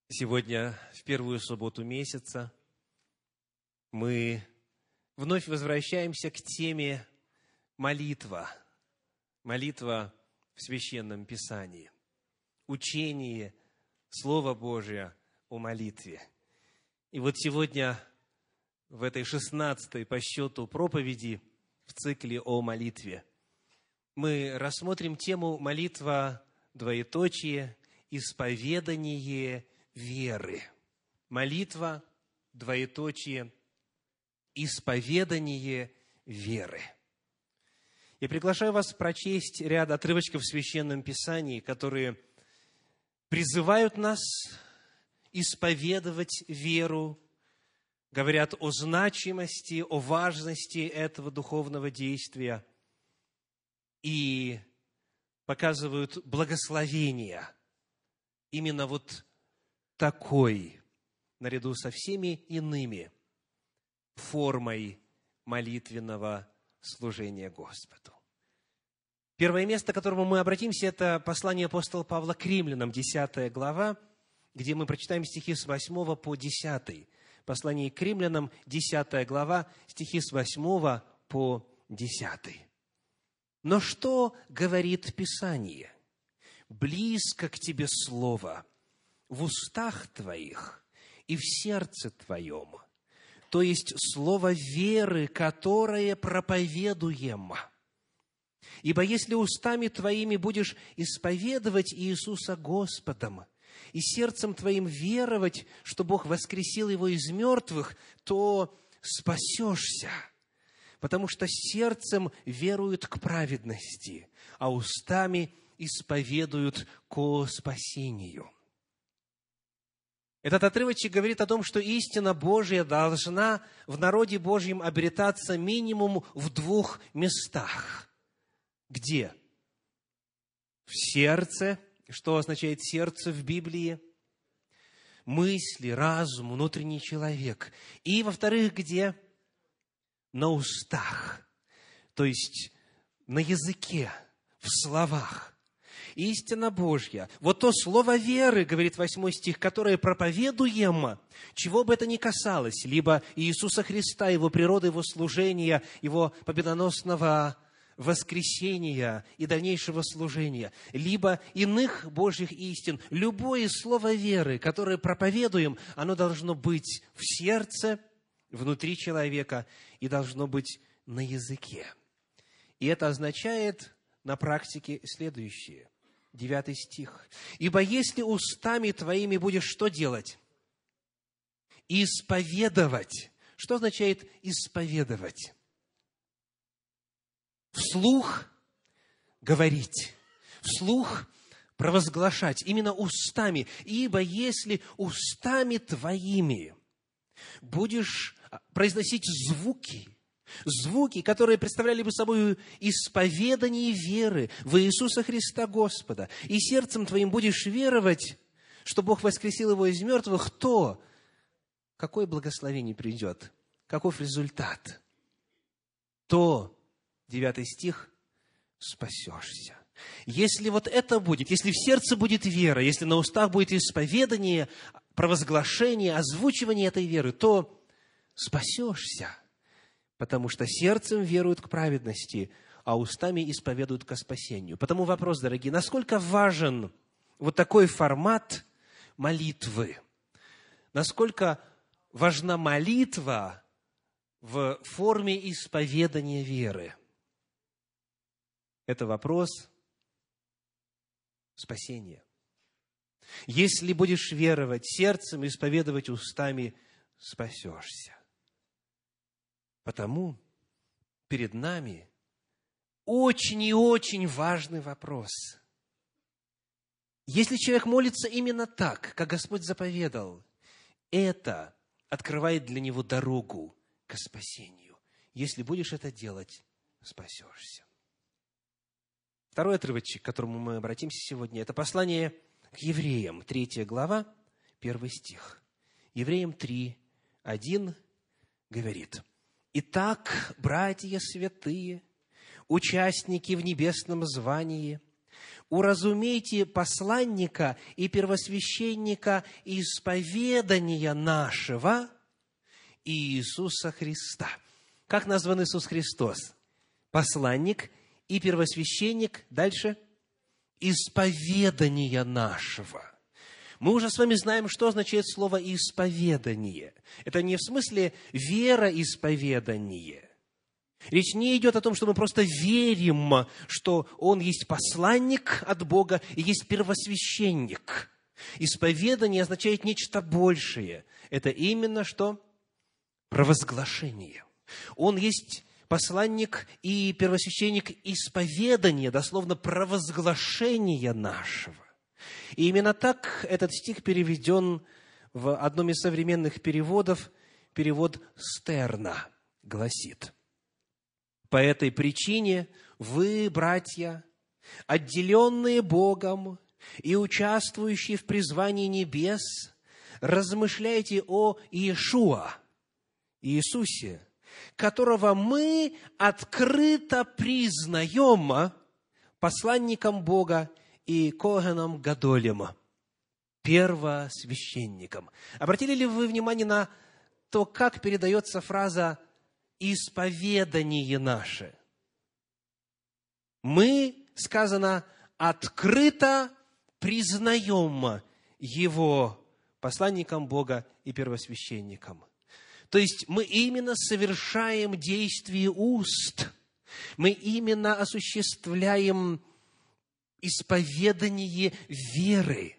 Сегодня, в первую субботу месяца, мы вновь возвращаемся к теме молитва. Молитва в Священном Писании. Учение Слова Божия о молитве. И вот сегодня, в этой 16-й по счету проповеди в цикле о молитве, мы рассмотрим тему молитва, двоеточие, исповедание веры. Молитва, двоеточие, исповедание веры. Я приглашаю вас прочесть ряд отрывочков в Священном Писании, которые призывают нас исповедовать веру, говорят о значимости, о важности этого духовного действия и показывают благословения именно вот такой, наряду со всеми иными, формой молитвенного служения Господу. Первое место, к которому мы обратимся, это послание апостола Павла к римлянам, 10 глава, где мы прочитаем стихи с 8 по 10. Послание к римлянам, 10 глава, стихи с 8 по 10. «Но что говорит Писание? Близко к тебе слово в устах твоих и в сердце твоем, то есть слово веры, которое проповедуем. Ибо если устами твоими будешь исповедовать Иисуса Господом и сердцем твоим веровать, что Бог воскресил Его из мертвых, то спасешься, потому что сердцем веруют к праведности, а устами исповедуют ко спасению». Этот отрывочек говорит о том, что истина Божия должна в народе Божьем обретаться минимум в 2 местах. Где? В сердце. Что означает сердце в Библии? Мысли, разум, внутренний человек. И, во-вторых, где? На устах. То есть на языке, в словах. Истина Божья, вот то слово веры, говорит 8 стих, которое проповедуем, чего бы это ни касалось, либо Иисуса Христа, Его природы, Его служения, Его победоносного воскресения и дальнейшего служения, либо иных Божьих истин, любое слово веры, которое проповедуем, оно должно быть в сердце, внутри человека и должно быть на языке. И это означает на практике следующее. 9 стих. «Ибо если устами твоими будешь что делать? Исповедовать». Что означает исповедовать? Вслух говорить, вслух провозглашать, именно устами. «Ибо если устами твоими будешь произносить звуки, которые представляли бы собой исповедание веры в Иисуса Христа Господа, и сердцем твоим будешь веровать, что Бог воскресил Его из мертвых, то какое благословение придет? Каков результат? То, 9 стих, спасешься». Если вот это будет, если в сердце будет вера, если на устах будет исповедание, провозглашение, озвучивание этой веры, то спасешься. Потому что сердцем веруют к праведности, а устами исповедуют ко спасению. Потому вопрос, дорогие, насколько важен вот такой формат молитвы? Насколько важна молитва в форме исповедания веры? Это вопрос спасения. Если будешь веровать сердцем, исповедовать устами, спасешься. Потому перед нами очень и очень важный вопрос. Если человек молится именно так, как Господь заповедал, это открывает для него дорогу к спасению. Если будешь это делать, спасешься. Второй отрывочек, к которому мы обратимся сегодня, это послание к евреям, 3 глава, 1 стих. Евреям 3, 1 говорит: «Итак, братья святые, участники в небесном звании, уразумейте посланника и первосвященника исповедания нашего Иисуса Христа». Как назван Иисус Христос? Посланник и первосвященник. Дальше. Исповедания нашего. Мы уже с вами знаем, что означает слово «исповедание». Это не в смысле вероисповедание. Речь не идет о том, что мы просто верим, что Он есть посланник от Бога и есть первосвященник. Исповедание означает нечто большее. Это именно что? Провозглашение. Он есть посланник и первосвященник исповедания, дословно провозглашения нашего. И именно так этот стих переведен в одном из современных переводов. Перевод Стерна гласит: «По этой причине вы, братья, отделенные Богом и участвующие в призвании небес, размышляйте о Иешуа, Иисусе, которого мы открыто признаем посланником Бога и Коэном Гадолем, первосвященником». Обратили ли вы внимание на то, как передается фраза «исповедание наше»? Мы, сказано, открыто признаем Его посланником Бога и первосвященником. То есть мы именно совершаем действие уст, мы именно осуществляем исповедание веры.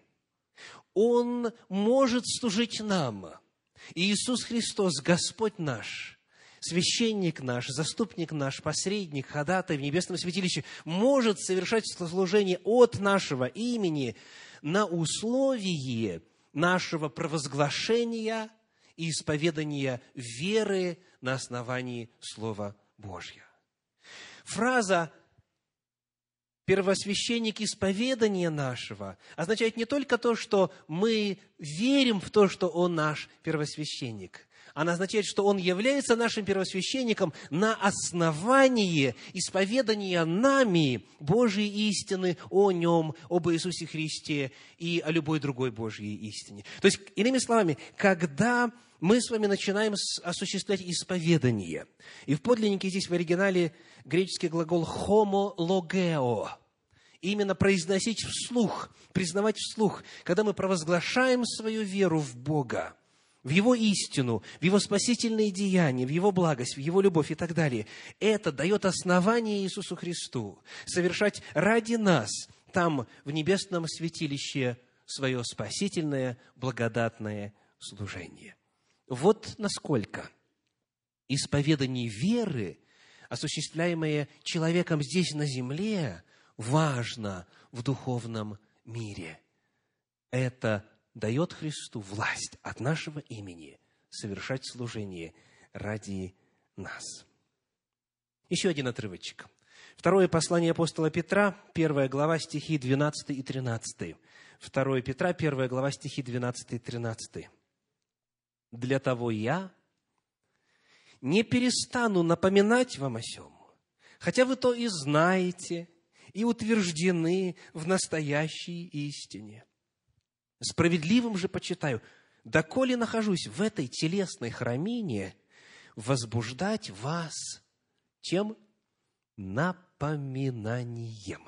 Он может служить нам. Иисус Христос, Господь наш, священник наш, заступник наш, посредник, ходатай в небесном святилище, может совершать служение от нашего имени на условии нашего провозглашения и исповедания веры на основании Слова Божьего. Фраза «первосвященник исповедания нашего» означает не только то, что мы верим в то, что Он наш первосвященник. Она означает, что Он является нашим первосвященником на основании исповедания нами Божьей истины о Нем, об Иисусе Христе и о любой другой Божьей истине. То есть, иными словами, когда мы с вами начинаем осуществлять исповедание, и в подлиннике здесь в оригинале греческий глагол «homologeo», именно произносить вслух, признавать вслух, когда мы провозглашаем свою веру в Бога, в Его истину, в Его спасительные деяния, в Его благость, в Его любовь и так далее. Это дает основание Иисусу Христу совершать ради нас там, в небесном святилище, свое спасительное, благодатное служение. Вот насколько исповедание веры, осуществляемое человеком здесь на земле, важно в духовном мире. Это дает Христу власть от нашего имени совершать служение ради нас. Еще один отрывочек. Второе послание апостола Петра, 1 глава, стихи 12 и 13. 2 Петра, 1 глава, стихи 12 и 13. «Для того я не перестану напоминать вам о сем, хотя вы то и знаете, и утверждены в настоящей истине. Справедливым же почитаю, доколе нахожусь в этой телесной храмине, возбуждать вас тем напоминанием».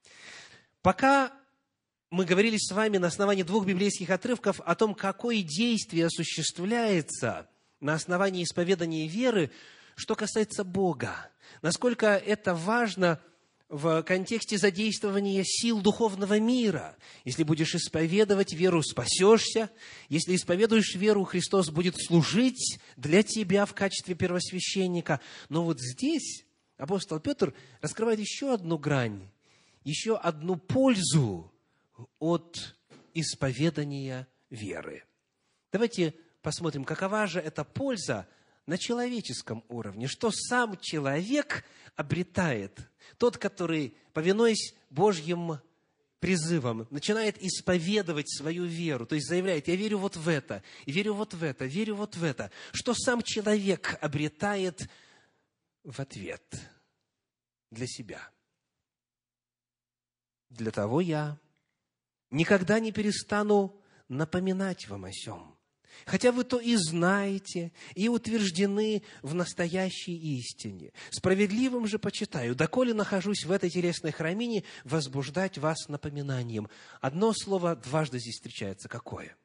Пока мы говорили с вами на основании двух библейских отрывков о том, какое действие осуществляется на основании исповедания веры, что касается Бога, насколько это важно в контексте задействования сил духовного мира. Если будешь исповедовать веру, спасешься. Если исповедуешь веру, Христос будет служить для тебя в качестве первосвященника. Но вот здесь апостол Петр раскрывает еще одну грань, еще одну пользу от исповедания веры. Давайте посмотрим, какова же эта польза на человеческом уровне, что сам человек обретает, тот, который, повинуясь Божьим призывам, начинает исповедовать свою веру, то есть заявляет: я верю вот в это, и верю вот в это, верю вот в это, что сам человек обретает в ответ для себя. Для того я никогда не перестану напоминать вам о сем, хотя вы то и знаете, и утверждены в настоящей истине. Справедливым же почитаю, доколе нахожусь в этой телесной храмине, возбуждать вас напоминанием. Одно слово дважды здесь встречается. Какое?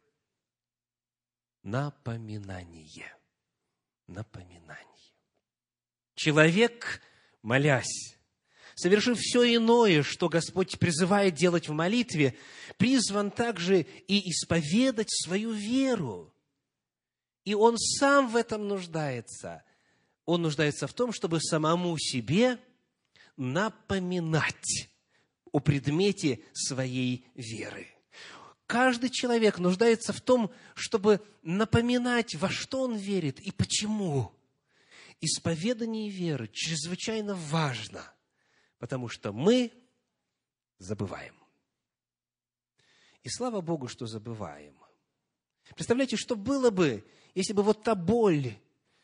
Напоминание. Напоминание. Человек, молясь, совершив все иное, что Господь призывает делать в молитве, призван также и исповедать свою веру. И он сам в этом нуждается. Он нуждается в том, чтобы самому себе напоминать о предмете своей веры. Каждый человек нуждается в том, чтобы напоминать, во что он верит и почему. Исповедание веры чрезвычайно важно, потому что мы забываем. И слава Богу, что забываем. Представляете, что было бы, если бы вот та боль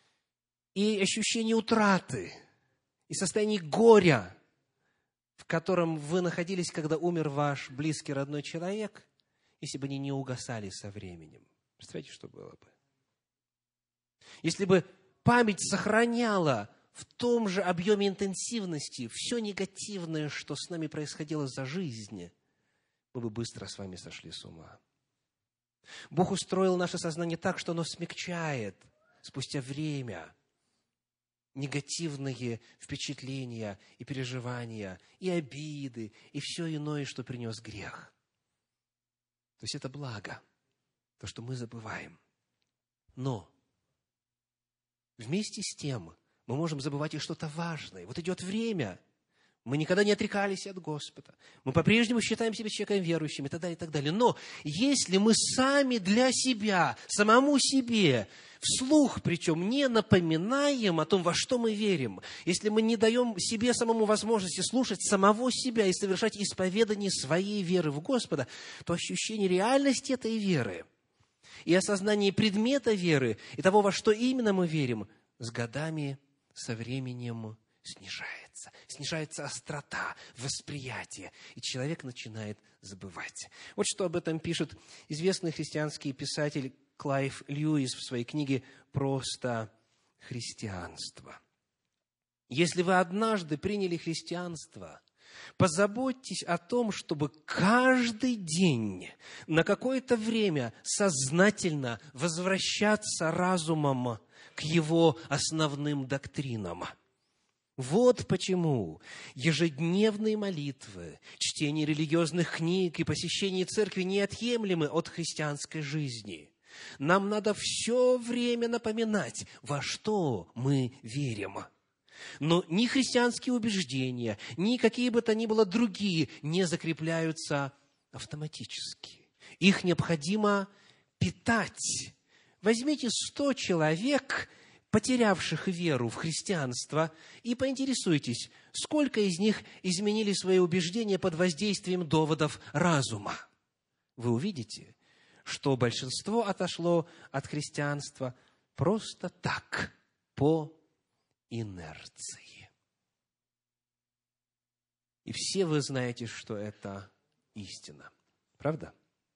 и ощущение утраты, и состояние горя, в котором вы находились, когда умер ваш близкий родной человек, если бы они не угасали со временем. Представляете, что было бы? Если бы память сохраняла в том же объеме интенсивности все негативное, что с нами происходило за жизнь, мы бы быстро с вами сошли с ума. Бог устроил наше сознание так, что оно смягчает спустя время негативные впечатления и переживания, и обиды, и все иное, что принес грех. То есть это благо, то, что мы забываем. Но вместе с тем мы можем забывать и что-то важное. Вот идет время, мы никогда не отрекались от Господа, мы по-прежнему считаем себя человеком верующим и так далее, и так далее. Но если мы сами для себя, самому себе, вслух причем, не напоминаем о том, во что мы верим, если мы не даем себе самому возможности слушать самого себя и совершать исповедание своей веры в Господа, то ощущение реальности этой веры и осознание предмета веры и того, во что именно мы верим, с годами, со временем снижается. Снижается острота восприятия, и человек начинает забывать. Вот что об этом пишет известный христианский писатель Клайв Льюис в своей книге «Просто христианство». Если вы однажды приняли христианство, позаботьтесь о том, чтобы каждый день на какое-то время сознательно возвращаться разумом к его основным доктринам. Вот почему ежедневные молитвы, чтение религиозных книг и посещение церкви неотъемлемы от христианской жизни. Нам надо все время напоминать, во что мы верим. Но ни христианские убеждения, ни какие бы то ни было другие не закрепляются автоматически. Их необходимо питать. Возьмите 100 человек, потерявших веру в христианство, и поинтересуйтесь, сколько из них изменили свои убеждения под воздействием доводов разума. Вы увидите, что большинство отошло от христианства просто так, по инерции. И все вы знаете, что это истина. Правда?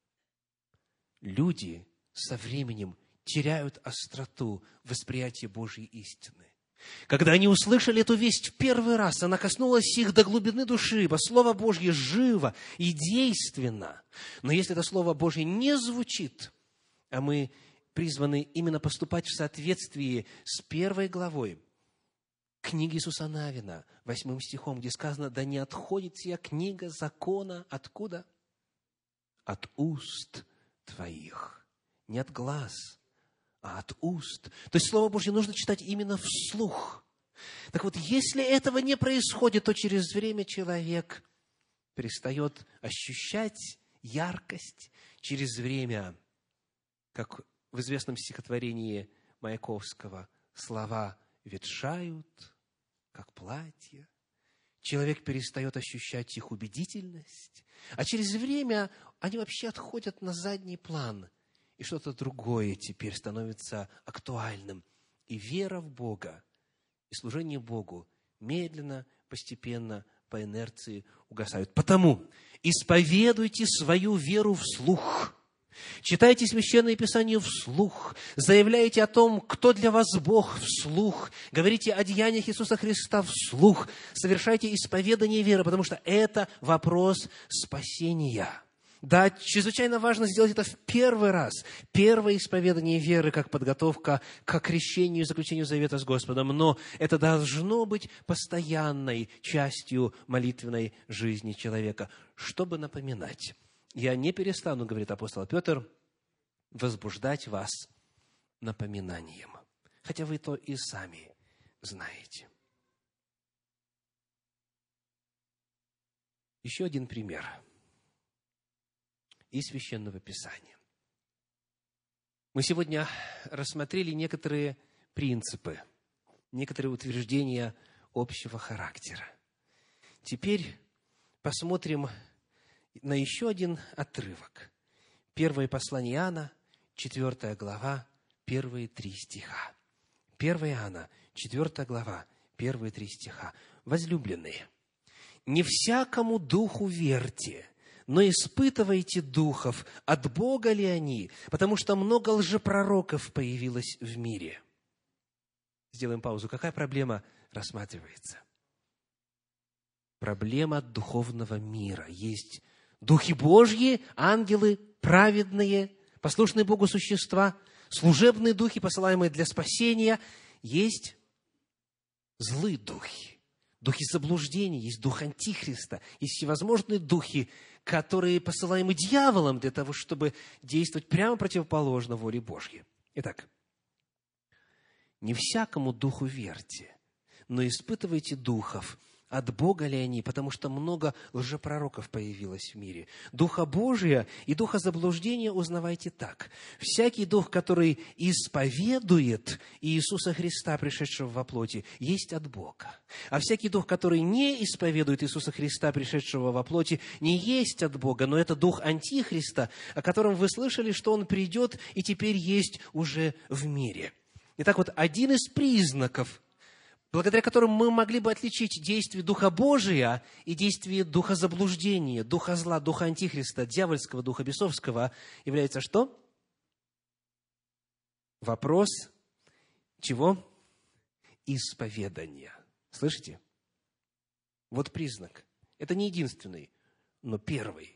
Люди со временем теряют остроту восприятия Божьей истины. Когда они услышали эту весть в первый раз, она коснулась их до глубины души, ибо Слово Божье живо и действенно. Но если это Слово Божье не звучит, а мы призваны именно поступать в соответствии с 1 главой книги Иисуса Навина, 8 стихом, где сказано: «Да не отходит сия книга закона» откуда? От уст твоих, не от глаз, а от уст. То есть Слово Божье нужно читать именно вслух. Так вот, если этого не происходит, то через время человек перестает ощущать яркость. Через время, как в известном стихотворении Маяковского, слова ветшают, как платье. Человек перестает ощущать их убедительность, а через время они вообще отходят на задний план, и что-то другое теперь становится актуальным. И вера в Бога, и служение Богу медленно, постепенно по инерции угасают. Потому исповедуйте свою веру вслух. Читайте Священное Писание вслух, заявляйте о том, кто для вас Бог вслух, говорите о деяниях Иисуса Христа вслух, совершайте исповедание веры, потому что это вопрос спасения. Да, чрезвычайно важно сделать это в первый раз. Первое исповедание веры, как подготовка к крещению и заключению завета с Господом. Но это должно быть постоянной частью молитвенной жизни человека, чтобы напоминать. Я не перестану, говорит апостол Петр, возбуждать вас напоминанием. Хотя вы то и сами знаете. Еще один пример из Священного Писания. Мы сегодня рассмотрели некоторые принципы, некоторые утверждения общего характера. Теперь посмотрим на еще один отрывок. Первое послание Иоанна, 4 глава, первые 3 стиха. 1 Иоанна, 4 глава, первые 3 стиха. «Возлюбленные, не всякому духу верьте, но испытывайте духов, от Бога ли они, потому что много лжепророков появилось в мире». Сделаем паузу. Какая проблема рассматривается? Проблема духовного мира. Есть духи Божьи, ангелы, праведные, послушные Богу существа, служебные духи, посылаемые для спасения. Есть злые духи, духи заблуждения, есть дух Антихриста, есть всевозможные духи, которые посылаемы дьяволом для того, чтобы действовать прямо противоположно воле Божьей. Итак, не всякому духу верьте, но испытывайте духов, от Бога ли они, потому что много лжепророков появилось в мире. Духа Божия и духа заблуждения узнавайте так. Всякий дух, который исповедует Иисуса Христа, пришедшего во плоти, есть от Бога. А всякий дух, который не исповедует Иисуса Христа, пришедшего во плоти, не есть от Бога, но это дух Антихриста, о котором вы слышали, что он придет и теперь есть уже в мире. Итак, вот один из признаков, благодаря которым мы могли бы отличить действие Духа Божия и действие Духа заблуждения, Духа зла, Духа Антихриста, дьявольского Духа бесовского, является что? Вопрос чего? Исповедания. Слышите? Вот признак. Это не единственный, но первый.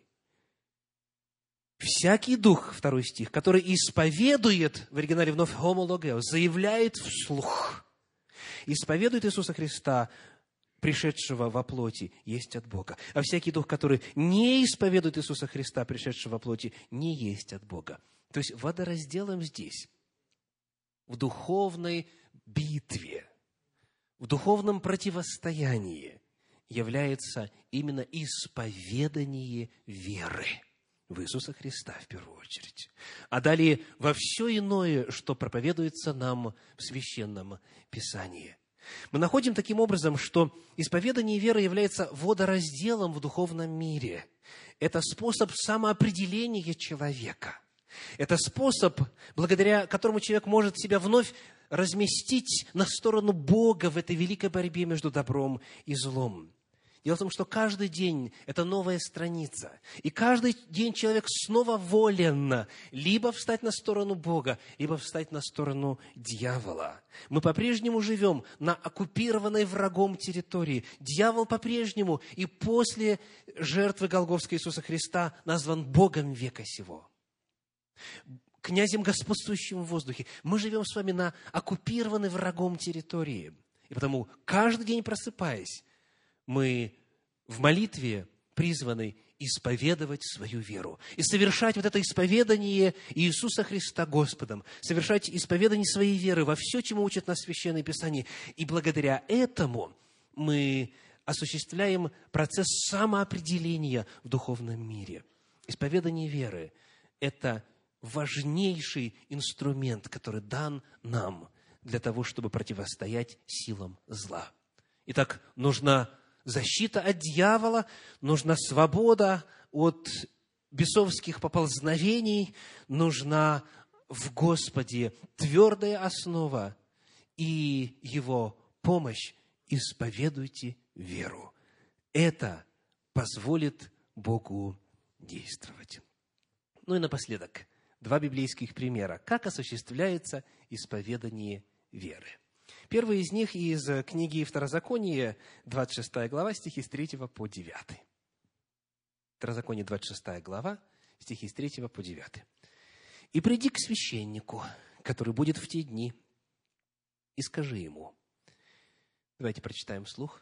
Всякий дух, 2 стих, который исповедует, в оригинале вновь homologeo, заявляет вслух, исповедует Иисуса Христа, пришедшего во плоти, есть от Бога. А всякий дух, который не исповедует Иисуса Христа, пришедшего во плоти, не есть от Бога. То есть водоразделом здесь, в духовной битве, в духовном противостоянии является именно исповедание веры в Иисуса Христа в первую очередь. А далее во все иное, что проповедуется нам в Священном Писании. Мы находим таким образом, что исповедание веры является водоразделом в духовном мире. Это способ самоопределения человека. Это способ, благодаря которому человек может себя вновь разместить на сторону Бога в этой великой борьбе между добром и злом. Дело в том, что каждый день – это новая страница. И каждый день человек снова волен либо встать на сторону Бога, либо встать на сторону дьявола. Мы по-прежнему живем на оккупированной врагом территории. Дьявол по-прежнему и после жертвы Голгофской Иисуса Христа назван Богом века сего, князем, господствующим в воздухе. Мы живем с вами на оккупированной врагом территории. И потому каждый день, просыпаясь, мы в молитве призваны исповедовать свою веру и совершать вот это исповедание Иисуса Христа Господом, совершать исповедание своей веры во все, чему учит нас Священное Писание. И благодаря этому мы осуществляем процесс самоопределения в духовном мире. Исповедание веры – это важнейший инструмент, который дан нам для того, чтобы противостоять силам зла. Итак, нужна защита от дьявола, нужна свобода от бесовских поползновений, нужна в Господе твердая основа и Его помощь. Исповедуйте веру. это позволит Богу действовать. Ну и напоследок, 2 библейских примера, как осуществляется исповедание веры. Первый из них из книги Второзакония, 26 глава, стихи с 3 по 9. Второзаконие, 26 глава, стихи с 3 по 9. «И приди к священнику, который будет в те дни, и скажи ему». Давайте прочитаем вслух.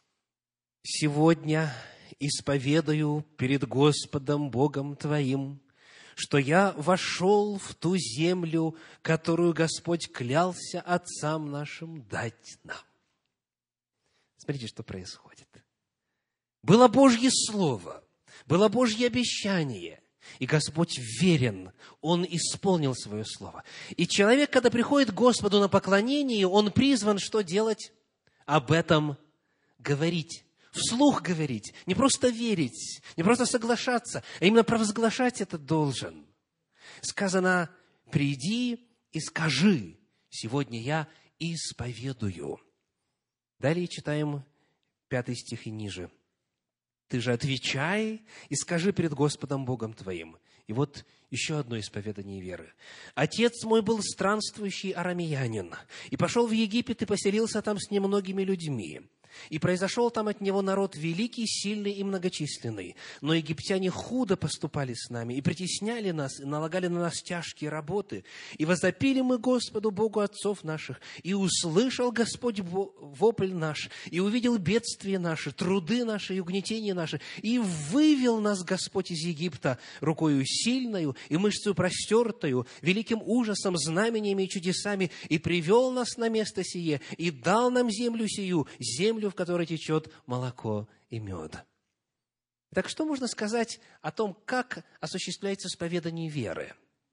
«Сегодня исповедаю перед Господом Богом твоим, что я вошел в ту землю, которую Господь клялся отцам нашим дать нам». Смотрите, что происходит. Было Божье Слово, было Божье обещание, и Господь верен, Он исполнил свое Слово. И человек, когда приходит к Господу на поклонение, он призван что делать? Об этом говорить. Вслух говорить, не просто верить, не просто соглашаться, а именно провозглашать это должен. Сказано: приди и скажи, сегодня я исповедую. Далее читаем 5 стих и ниже. Ты же отвечай и скажи перед Господом Богом твоим. И вот еще одно исповедание веры. Отец мой был странствующий арамеянин, и пошел в Египет и поселился там с немногими людьми. И произошел там от него народ великий, сильный и многочисленный. Но египтяне худо поступали с нами, и притесняли нас, и налагали на нас тяжкие работы. И возопили мы Господу, Богу отцов наших, и услышал Господь вопль наш, и увидел бедствия наши, труды наши и угнетения наши, и вывел нас Господь из Египта рукою сильною и мышцею простертою, великим ужасом, знамениями и чудесами, и привел нас на место сие, и дал нам землю сию, землю, в которой течет молоко и мед. Так что можно сказать о том, как осуществляется исповедание веры?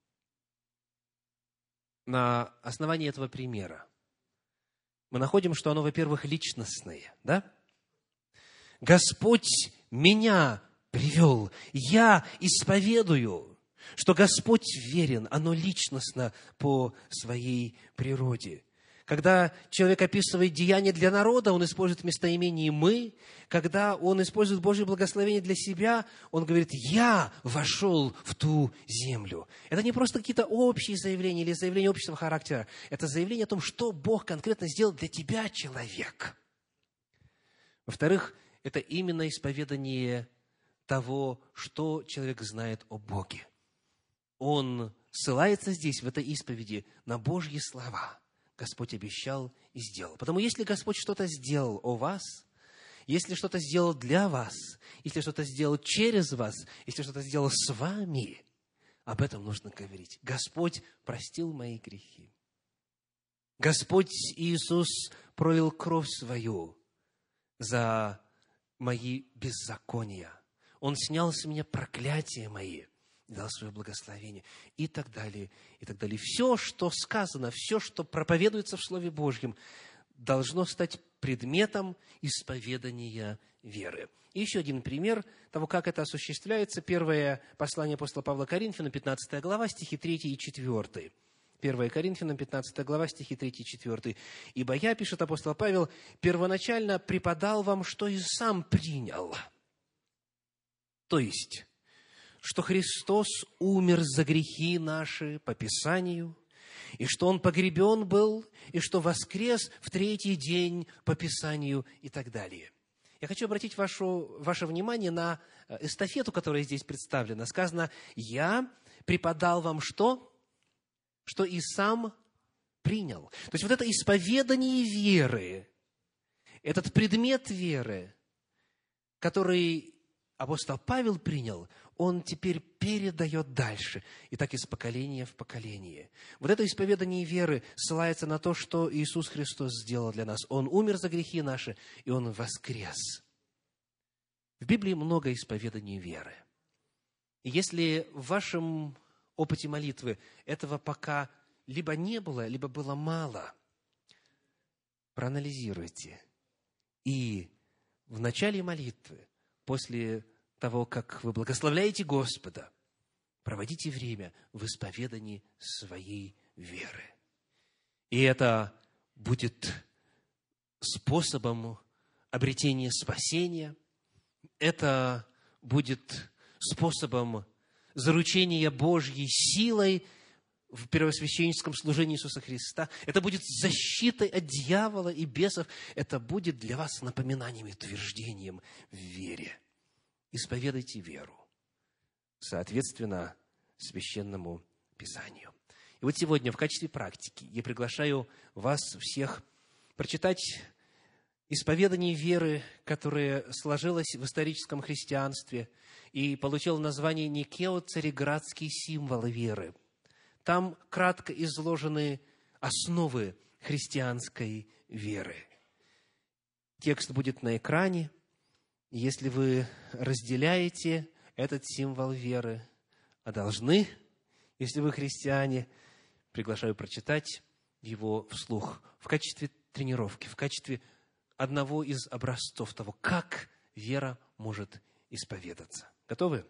На основании этого примера мы находим, что оно, во-первых, личностное, да? Господь меня привел, я исповедую, что Господь верен, оно личностно по своей природе. Когда человек описывает деяния для народа, он использует местоимение «мы». Когда он использует Божье благословение для себя, он говорит: «Я вошел в ту землю». Это не просто какие-то общие заявления или заявления общего характера. Это заявление о том, что Бог конкретно сделал для тебя, человек. Во-вторых, это именно исповедание того, что человек знает о Боге. Он ссылается здесь, в этой исповеди, на Божьи слова. Господь обещал и сделал. Потому если Господь что-то сделал о вас, если что-то сделал для вас, если что-то сделал через вас, если что-то сделал с вами, об этом нужно говорить. Господь простил мои грехи. Господь Иисус пролил кровь свою за мои беззакония. Он снял с меня проклятия мои, дал свое благословение, и так далее, и так далее. Все, что сказано, все, что проповедуется в Слове Божьем, должно стать предметом исповедания веры. И еще один пример того, как это осуществляется. Первое послание апостола Павла Коринфянам, 15 глава, стихи 3 и 4. 1 Коринфянам, 15 глава, стихи 3 и 4. «Ибо я, пишет апостол Павел, первоначально преподал вам, что и сам принял». То есть, что Христос умер за грехи наши по Писанию, и что Он погребен был, и что воскрес в третий день по Писанию и так далее. Я хочу обратить ваше внимание на эстафету, которая здесь представлена. Сказано: «Я преподал вам что? Что и сам принял». То есть, вот это исповедание веры, этот предмет веры, который апостол Павел принял, он теперь передает дальше, и так из поколения в поколение. Вот это исповедание веры ссылается на то, что Иисус Христос сделал для нас. Он умер за грехи наши, и Он воскрес. В Библии много исповеданий веры. И если в вашем опыте молитвы этого пока либо не было, либо было мало, проанализируйте. И в начале молитвы, после того, как вы благословляете Господа, проводите время в исповедании своей веры. И это будет способом обретения спасения, это будет способом заручения Божьей силой в первосвященническом служении Иисуса Христа. Это будет защитой от дьявола и бесов. Это будет для вас напоминанием и утверждением в вере. Исповедайте веру соответственно Священному Писанию. И вот сегодня в качестве практики я приглашаю вас всех прочитать исповедание веры, которое сложилось в историческом христианстве и получило название «Никео-Цареградский символ веры». Там кратко изложены основы христианской веры. Текст будет на экране. Если вы разделяете этот символ веры, а должны, если вы христиане, приглашаю прочитать его вслух в качестве тренировки, в качестве одного из образцов того, как вера может исповедаться. Готовы?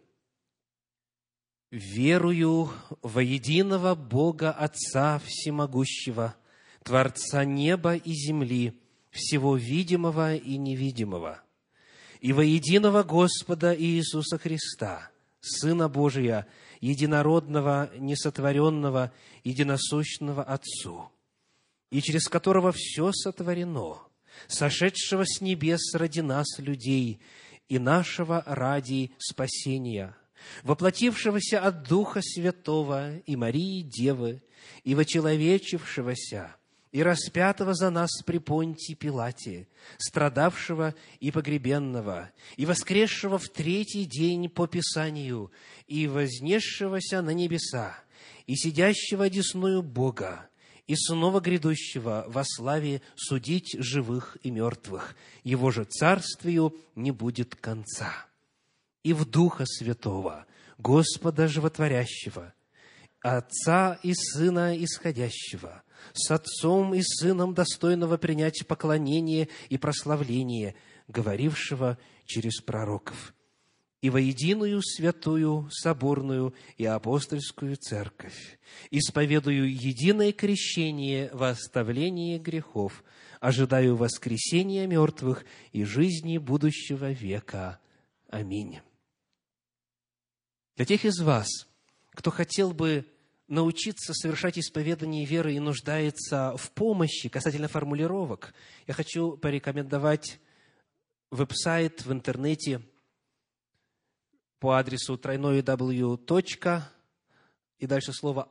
«Верую во единого Бога Отца Всемогущего, Творца неба и земли, всего видимого и невидимого, и во единого Господа Иисуса Христа, Сына Божия, единородного, несотворенного, единосущного Отцу, и через которого все сотворено, сошедшего с небес ради нас, людей, и нашего ради спасения, воплотившегося от Духа Святого и Марии Девы, и вочеловечившегося, и распятого за нас при Понтии Пилате, страдавшего и погребенного, и воскресшего в третий день по Писанию, и вознесшегося на небеса, и сидящего одесную Бога, и снова грядущего во славе судить живых и мертвых. Его же царствию не будет конца. И в Духа Святого, Господа Животворящего, Отца и Сына Исходящего, с Отцом и Сыном достойного принять поклонение и прославление, говорившего через пророков, и во единую святую, соборную и апостольскую церковь, исповедую единое крещение во оставление грехов, ожидаю воскресения мертвых и жизни будущего века. Аминь». Для тех из вас, кто хотел бы научиться совершать исповедание веры и нуждается в помощи касательно формулировок, я хочу порекомендовать веб-сайт в интернете по адресу www. И дальше слово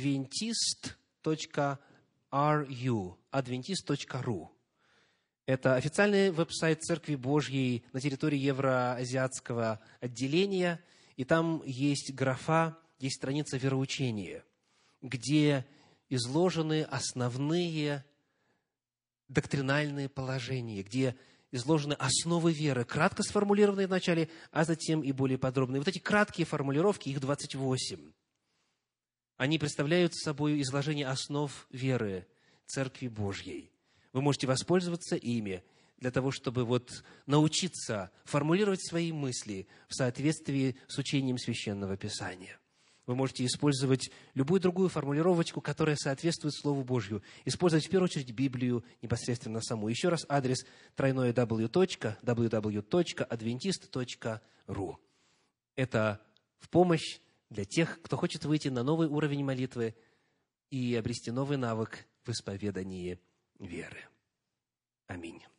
adventist.ru. Это официальный веб-сайт Церкви Божьей на территории Евроазиатского отделения, и там есть графа, есть страница вероучения, где изложены основные доктринальные положения, где изложены основы веры, кратко сформулированные в начале, а затем и более подробные. Вот эти краткие формулировки, их 28, они представляют собой изложение основ веры Церкви Божьей. Вы можете воспользоваться ими для того, чтобы научиться формулировать свои мысли в соответствии с учением Священного Писания. Вы можете использовать любую другую формулировочку, которая соответствует Слову Божью. Использовать в первую очередь Библию непосредственно саму. Еще раз адрес www.adventist.ru. Это в помощь для тех, кто хочет выйти на новый уровень молитвы и обрести новый навык в исповедании веры. Аминь.